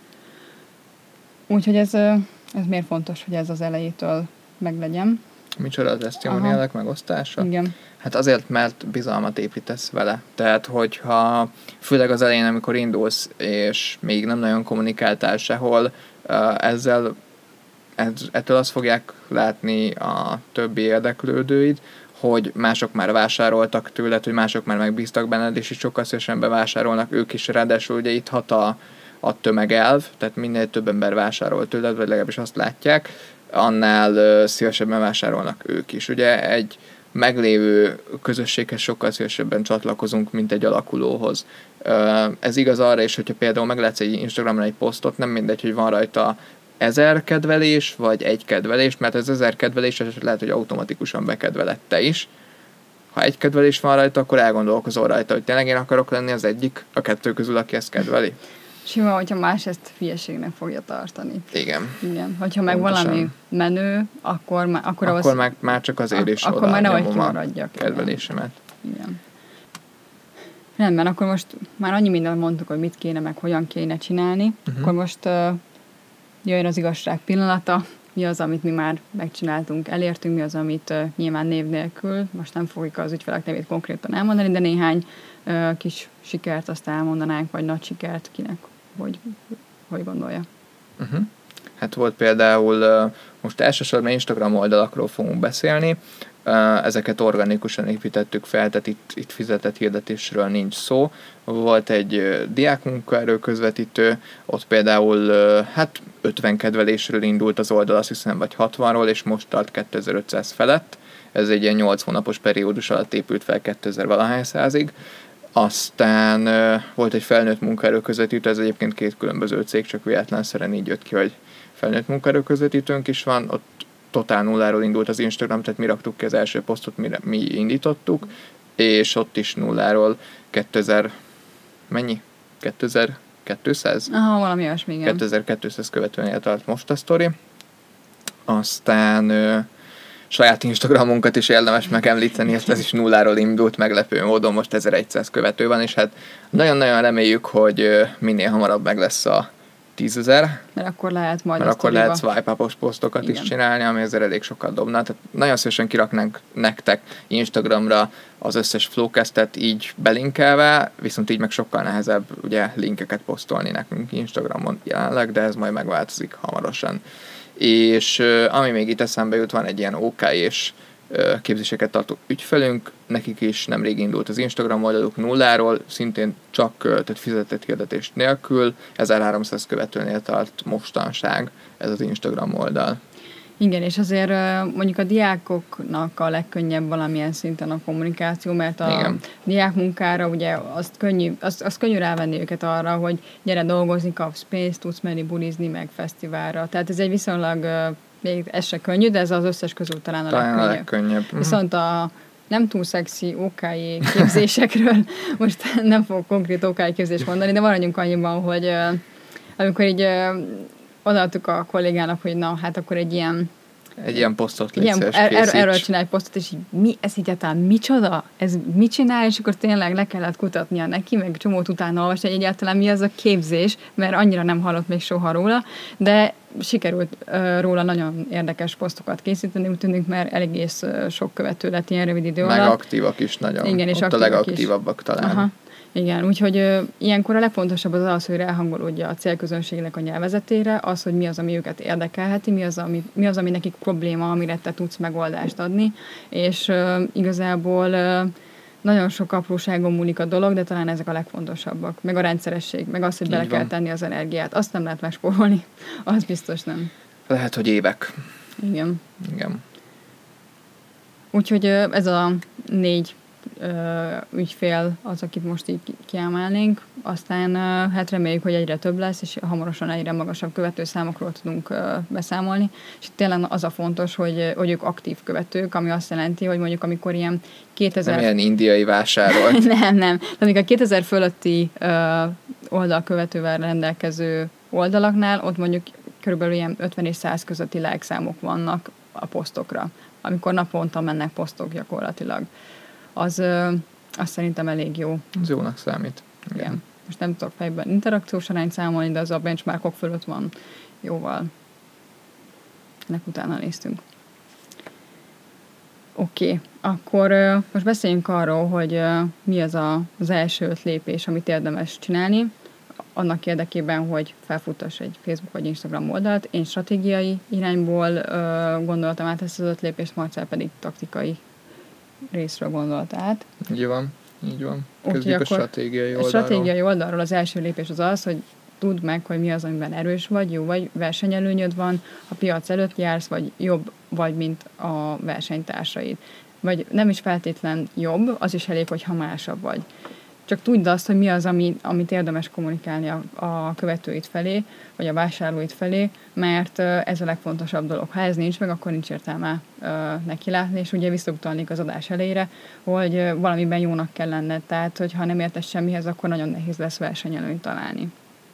Úgyhogy ez... Uh, Ez miért fontos, hogy ez az elejétől meglegyen? Micsoda a testimoniálok megosztása? Igen. Hát azért, mert bizalmat építesz vele. Tehát, hogyha főleg az elején, amikor indulsz, és még nem nagyon kommunikáltál sehol, ezzel ez, ettől azt fogják látni a többi érdeklődőid, hogy mások már vásároltak tőled, hogy mások már megbíztak benned, és is sokkal szívesen bevásárolnak ők is, ráadásul ugye itt hat a a tömegelv, tehát minél több ember vásárol tőled, vagy legalábbis azt látják, annál uh, szívesebben vásárolnak ők is. Ugye egy meglévő közösséghez sokkal szívesebben csatlakozunk, mint egy alakulóhoz. Uh, ez igaz arra is, hogyha például meglátsz egy Instagramon egy posztot, nem mindegy, hogy van rajta ezer kedvelés, vagy egy kedvelés, mert az ezer kedvelés esetleg lehet, hogy automatikusan bekedveled te is. Ha egy kedvelés van rajta, akkor elgondolkozol rajta, hogy tényleg én akarok lenni az egyik a kettő közül, aki ezt kedveli. Sima, hogyha más ezt hülyeségnek fogja tartani. Igen. Igen. Hogyha meg Pontosan. valami menő, akkor, má, akkor, akkor meg már csak azért is akkor már nehogy kimaradjak. Kedvelésemet. Igen. Rendben, akkor most már annyi mindent mondtuk, hogy mit kéne, meg hogyan kéne csinálni. Uh-huh. Akkor most uh, jöjjön az igazság pillanata. Mi az, amit mi már megcsináltunk, elértünk, mi az, amit uh, nyilván név nélkül, most nem fogjuk az ügyfelek nevét konkrétan elmondani, de néhány uh, kis sikert azt elmondanánk, vagy nagy sikert, kinek hogy, hogy gondolja. Uh-huh. Hát volt például, most elsősorban Instagram oldalakról fogunk beszélni, ezeket organikusan építettük fel, tehát itt, itt fizetett hirdetésről nincs szó. Volt egy diákmunkaerő közvetítő, ott például hát ötven kedvelésről indult az oldal, azt hiszem, vagy hatvanról, és most tart kétezer-ötszáz felett. Ez egy ilyen nyolc hónapos periódus alatt épült fel kétezer valahány százig. Aztán uh, volt egy felnőtt munkaerő közvetítő, ez egyébként két különböző cég, csak véletlenszerűen így jött ki, hogy felnőtt munkaerő közvetítőnk is van, ott totál nulláról indult az Instagram, tehát mi raktuk ki az első posztot, mire mi indítottuk, és ott is nulláról kétezer, mennyi? kétezer-kétszáz? Aha, valami olyasmi, igen. kétezer-kétszáz követőnél tart most a sztori. Aztán ö, saját Instagramunkat is érdemes megemlíteni, ezt ez is nulláról indult, meglepő módon most ezerszáz követő van, és hát nagyon-nagyon reméljük, hogy ö, minél hamarabb meg lesz a tízezer, mert akkor lehet majd mert akkor sztoriba. lehet swipe-upos posztokat Igen. is csinálni, ami ezzel elég sokat dobna. Tehát nagyon szívesen kiraknánk nektek Instagramra az összes Flowcast-et így belinkelve, viszont így meg sokkal nehezebb ugye linkeket posztolni nekünk Instagramon jelenleg, de ez majd megváltozik hamarosan. És uh, ami még itt eszembe jut, van egy ilyen ó ká és uh, képzéseket tartó ügyfelünk, nekik is nemrég indult az Instagram oldaluk nulláról, szintén csak uh, tehát fizetett hirdetés nélkül, ezerháromszáz követőnél tart mostanság ez az Instagram oldal. Igen, és azért mondjuk a diákoknak a legkönnyebb valamilyen szinten a kommunikáció, mert a Igen. diákmunkára ugye azt könnyű, azt, azt könnyű rávenni őket arra, hogy gyere dolgozni, kapsz pénzt, tudsz menni bulizni, meg fesztiválra. Tehát ez egy viszonylag, még ez se könnyű, de ez az összes közül talán a talán legkönnyebb. A legkönnyebb. Viszont a nem túl szexi ó ká jé képzésekről, most nem fogok konkrét ó ká jé képzést mondani, de maradjunk annyiban, hogy amikor így odaadtuk a kollégának, hogy na, hát akkor egy ilyen egy ilyen posztot ilyen, er, er, erről csinálj egy posztot, és így, mi, ez egyáltalán micsoda? Ez mit csinál? És akkor tényleg le kellett kutatnia neki, meg csomót utána olvasni, hogy egyáltalán mi az a képzés, mert annyira nem hallott még soha róla, de sikerült uh, róla nagyon érdekes posztokat készíteni, úgy tűnik, mert elég uh, sok követő lett ilyen rövid idő alatt. Meg aktívak is nagyon. Igen, és ott a legaktívabbak is. Talán. Aha. Igen, úgyhogy ö, ilyenkor a legfontosabb az az, hogy elhangolódja a célközönségnek a nyelvezetére, az, hogy mi az, ami őket érdekelheti, mi az, ami, mi az, ami nekik probléma, amire te tudsz megoldást adni, és ö, igazából ö, nagyon sok apróságon múlik a dolog, de talán ezek a legfontosabbak, meg a rendszeresség, meg az, hogy Így bele van. kell tenni az energiát. Azt nem lehet megspórolni, az biztos nem. Lehet, hogy évek. Igen. Igen. Úgyhogy ö, ez a négy ügyfél az, akit most így kiemelnénk. Aztán hát reméljük, hogy egyre több lesz, és hamarosan egyre magasabb követőszámokról tudunk beszámolni. És tényleg az a fontos, hogy, hogy ők aktív követők, ami azt jelenti, hogy mondjuk amikor ilyen kétezer... Nem ilyen indiai vásárolt. nem, nem. De amikor a kétezer fölötti oldalkövetővel rendelkező oldalaknál, ott mondjuk körülbelül ilyen ötven és száz közötti like számok vannak a posztokra, amikor naponta mennek posztok gyakorlatilag. Az, az szerintem elég jó. Az jónak számít. Igen. Igen. Most nem tudok fejben interakciós arányt számolni, de az a benchmarkok fölött van jóval. Ennek utána néztünk. Oké, okay. Akkor uh, most beszéljünk arról, hogy uh, mi az a, az első öt lépés, amit érdemes csinálni, annak érdekében, hogy felfuttass egy Facebook vagy Instagram oldalt. Én stratégiai irányból uh, gondoltam át ezt az öt lépést, Marcell pedig taktikai részről gondolt át. Így van, így van. Kezdjük a stratégiai oldalról. A stratégiai oldalról az első lépés az az, hogy tudd meg, hogy mi az, amiben erős vagy, jó vagy, versenyelőnyöd van, a piac előtt jársz, vagy jobb vagy, mint a versenytársaid. Vagy nem is feltétlen jobb, az is elég, hogyha másabb vagy. Csak tudd azt, hogy mi az, ami, amit érdemes kommunikálni a, a követőid felé, vagy a vásárlóid felé, mert ez a legfontosabb dolog. Ha ez nincs meg, akkor nincs értelme uh, neki látni, és ugye visszautalnék az adás elejére, hogy uh, valamiben jónak kell lenned, tehát hogyha nem értesz semmihez, akkor nagyon nehéz lesz versenyelőnyt találni.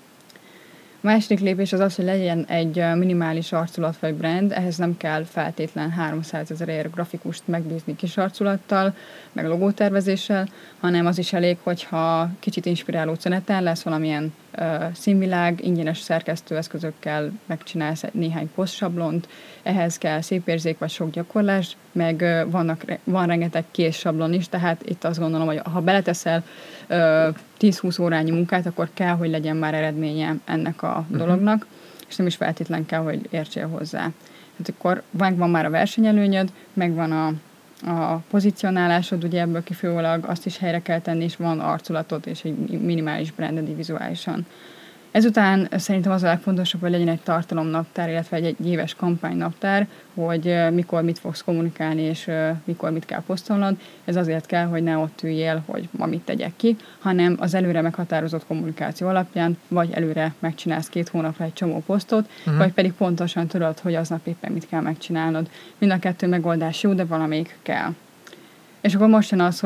A második lépés az az, hogy legyen egy minimális arculat vagy brand, ehhez nem kell feltétlen háromszázezerért grafikust megbízni kis arculattal, meg logótervezéssel, hanem az is elég, hogyha kicsit inspiráló üzeneten lesz valamilyen uh, színvilág, ingyenes szerkesztőeszközökkel megcsinálsz néhány posztsablont, ehhez kell szép érzék vagy sok gyakorlás, meg uh, vannak, van rengeteg készsablon is, tehát itt azt gondolom, hogy ha beleteszel uh, tíz-húsz órányi munkát, akkor kell, hogy legyen már eredménye ennek a uh-huh. dolognak, és nem is feltétlen kell, hogy értsél hozzá. Hát akkor megvan már a versenyelőnyöd, megvan a, a pozícionálásod, ugye ebből kifolyólag azt is helyre kell tenni, és van arculatod és egy minimális branded vizuálisan. Ezután szerintem az a legfontosabb, hogy legyen egy tartalomnaptár, illetve egy, egy éves kampánynaptár, hogy uh, mikor mit fogsz kommunikálni, és uh, mikor mit kell posztolnod. Ez azért kell, hogy ne ott üljél, hogy ma mit tegyek ki, hanem az előre meghatározott kommunikáció alapján, vagy előre megcsinálsz két hónapra egy csomó posztot, uh-huh. vagy pedig pontosan tudod, hogy aznap éppen mit kell megcsinálnod. Mind a kettő megoldás jó, de valamelyik kell. És akkor most jön az, hogy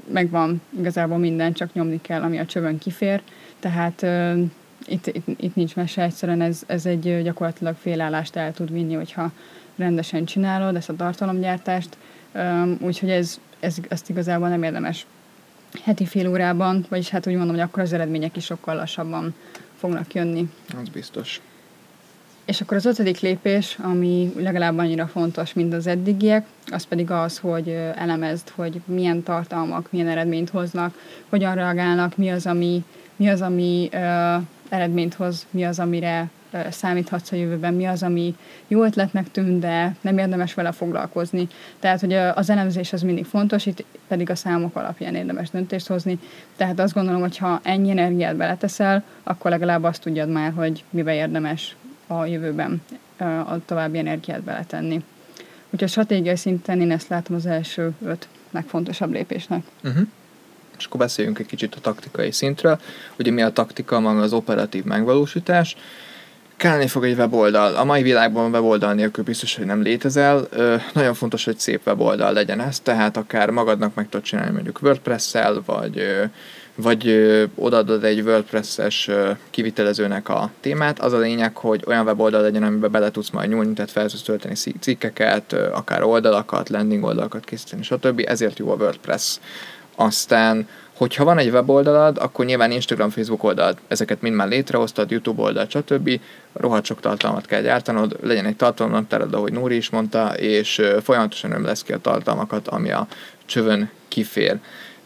megvan igazából minden, csak nyomni kell, ami a csövön kifér, tehát uh, itt, itt, itt nincs mese, egyszerűen ez, ez egy gyakorlatilag félállást el tud vinni, hogyha rendesen csinálod ezt a tartalomgyártást, um, úgyhogy ez, ez, ezt igazából nem érdemes heti fél órában, vagyis hát úgy mondom, hogy akkor az eredmények is sokkal lassabban fognak jönni. Az biztos. És akkor az ötödik lépés, ami legalább annyira fontos, mint az eddigiek, az pedig az, hogy elemezd, hogy milyen tartalmak, milyen eredményt hoznak, hogyan reagálnak, mi az, ami, mi az, ami uh, eredményt hoz, mi az, amire uh, számíthatsz a jövőben, mi az, ami jó ötletnek tűnt, de nem érdemes vele foglalkozni. Tehát, hogy uh, az elemzés az mindig fontos, itt pedig a számok alapján érdemes döntést hozni. Tehát azt gondolom, hogy ha ennyi energiát beleteszel, akkor legalább azt tudjad már, hogy mibe érdemes a jövőben a további energiát beletenni. Úgyhogy stratégiai szinten én ezt látom az első öt legfontosabb lépésnek. Uh-huh. És akkor beszéljünk egy kicsit a taktikai szintről. Ugye mi a taktika, maga az operatív megvalósítás. Kelleni fog egy weboldal. A mai világban weboldal nélkül biztos, hogy nem létezel. Ö, nagyon fontos, hogy szép weboldal legyen ez, tehát akár magadnak meg tudod csinálni mondjuk WordPress-szel, vagy, ö, vagy ö, odaadod egy WordPress-es ö, kivitelezőnek a témát. Az a lényeg, hogy olyan weboldal legyen, amiben bele tudsz majd nyúlni, tehát fel tudsz tölteni cikkeket, ö, akár oldalakat, landing oldalakat készíteni, stb. Ezért jó a WordPress. Aztán, hogyha van egy weboldalad, akkor nyilván Instagram, Facebook oldalt, ezeket mind már létrehoztad, YouTube oldalt, stb. Rohadt sok tartalmat kell gyártanod, legyen egy tartalomnaptárad, ahogy Nóri is mondta, és folyamatosan öm lesz ki a tartalmakat, ami a csövön kifér.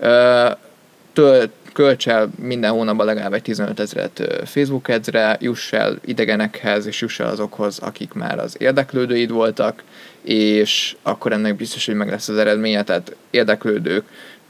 Tölt, költs el minden hónapban legalább egy tizenöt ezret Facebook ads-re, juss el idegenekhez, és juss el azokhoz, akik már az érdeklődőid voltak, és akkor ennek biztos, hogy meg lesz az eredménye, tehát érdeklődők,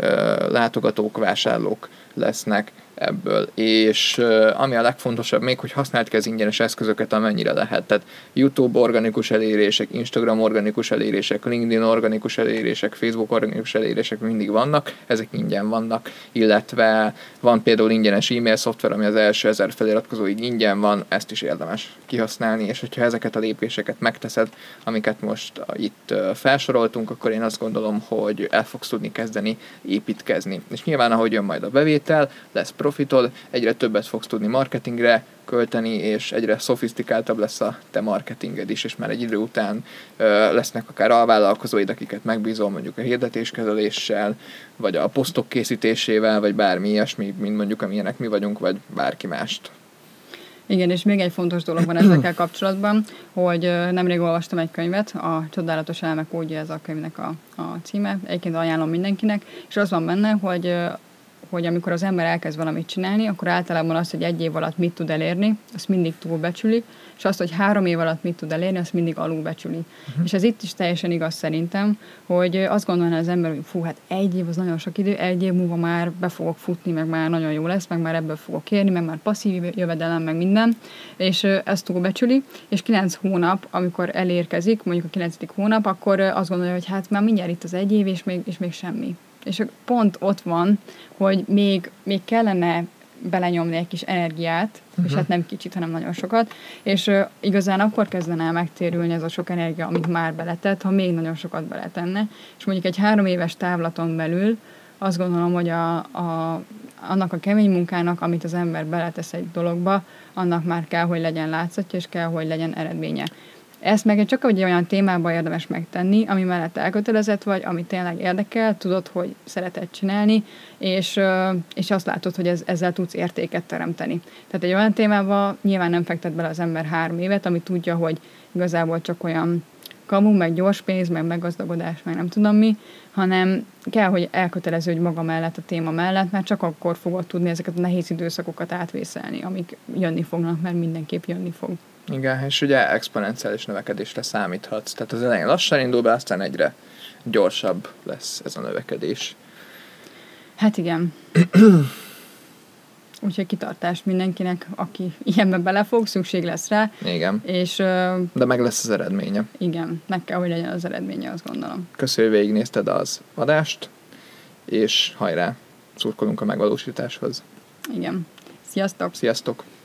látogatók, vásárlók lesznek ebből. És ami a legfontosabb még, hogy használd ki az ingyenes eszközöket, amennyire lehet. Tehát YouTube organikus elérések, Instagram organikus elérések, LinkedIn organikus elérések, Facebook organikus elérések mindig vannak, ezek ingyen vannak, illetve van például ingyenes e-mail szoftver, ami az első ezer feliratkozóig ingyen van, ezt is érdemes kihasználni, és hogyha ezeket a lépéseket megteszed, amiket most itt felsoroltunk, akkor én azt gondolom, hogy el fogsz tudni kezdeni építkezni. És nyilván, ahogy jön majd a bevétel, lesz profitod, egyre többet fogsz tudni marketingre költeni, és egyre szofisztikáltabb lesz a te marketinged is, és már egy idő után ö, lesznek akár alvállalkozóid, akiket megbízol mondjuk a hirdetéskezeléssel, vagy a posztok készítésével, vagy bármi ilyesmi, mint mondjuk amilyenek mi vagyunk, vagy bárki mást. Igen, és még egy fontos dolog van ezekkel kapcsolatban, hogy nemrég olvastam egy könyvet, a Csodálatos Elmek Ódja, ez a könyvnek a, a címe, egyébként ajánlom mindenkinek, és az van benne, hogy hogy amikor az ember elkezd valamit csinálni, akkor általában azt, hogy egy év alatt mit tud elérni, azt mindig túlbecsüli, és azt, hogy három év alatt mit tud elérni, azt mindig alulbecsüli. Uh-huh. És ez itt is teljesen igaz szerintem, hogy azt gondolná az ember, hogy fú, hát egy év az nagyon sok idő, egy év múlva már be fogok futni, meg már nagyon jó lesz, meg már ebből fogok érni, meg már passzív jövedelem, meg minden, és ezt túlbecsüli, és kilenc hónap, amikor elérkezik, mondjuk a kilencedik hónap, akkor azt gondolja, hogy hát már mindjárt itt az egy év, és még, és még semmi. És pont ott van, hogy még, még kellene belenyomni egy kis energiát, uh-huh. és hát nem kicsit, hanem nagyon sokat, és uh, igazán akkor kezdene el megtérülni ez a sok energia, amit már beletett, ha még nagyon sokat beletenne, és mondjuk egy három éves távlaton belül azt gondolom, hogy a, a, annak a kemény munkának, amit az ember beletesz egy dologba, annak már kell, hogy legyen látszatja, és kell, hogy legyen eredménye. Ezt meg csak egy olyan témában érdemes megtenni, ami mellett elkötelezett vagy, ami tényleg érdekel, tudod, hogy szereted csinálni, és, és azt látod, hogy ez, ezzel tudsz értéket teremteni. Tehát egy olyan témában nyilván nem fektet bele az ember három évet, ami tudja, hogy igazából csak olyan kamu, meg gyors pénz, meg meggazdagodás, meg nem tudom mi, hanem kell, hogy elköteleződj maga mellett, a téma mellett, mert csak akkor fogod tudni ezeket a nehéz időszakokat átvészelni, amik jönni fognak, mert mindenképp jönni fog. Igen, és ugye exponenciális növekedésre számíthatsz. Tehát az elején lassan indul be, aztán egyre gyorsabb lesz ez a növekedés. Hát igen. Úgyhogy kitartást mindenkinek, aki ilyenbe belefog, szükség lesz rá. Igen. És, de meg lesz az eredménye. Igen, meg kell, hogy legyen az eredménye, azt gondolom. Köszönjük, hogy végignézted az adást, és hajrá, szurkolunk a megvalósításhoz. Igen. Sziasztok! Sziasztok!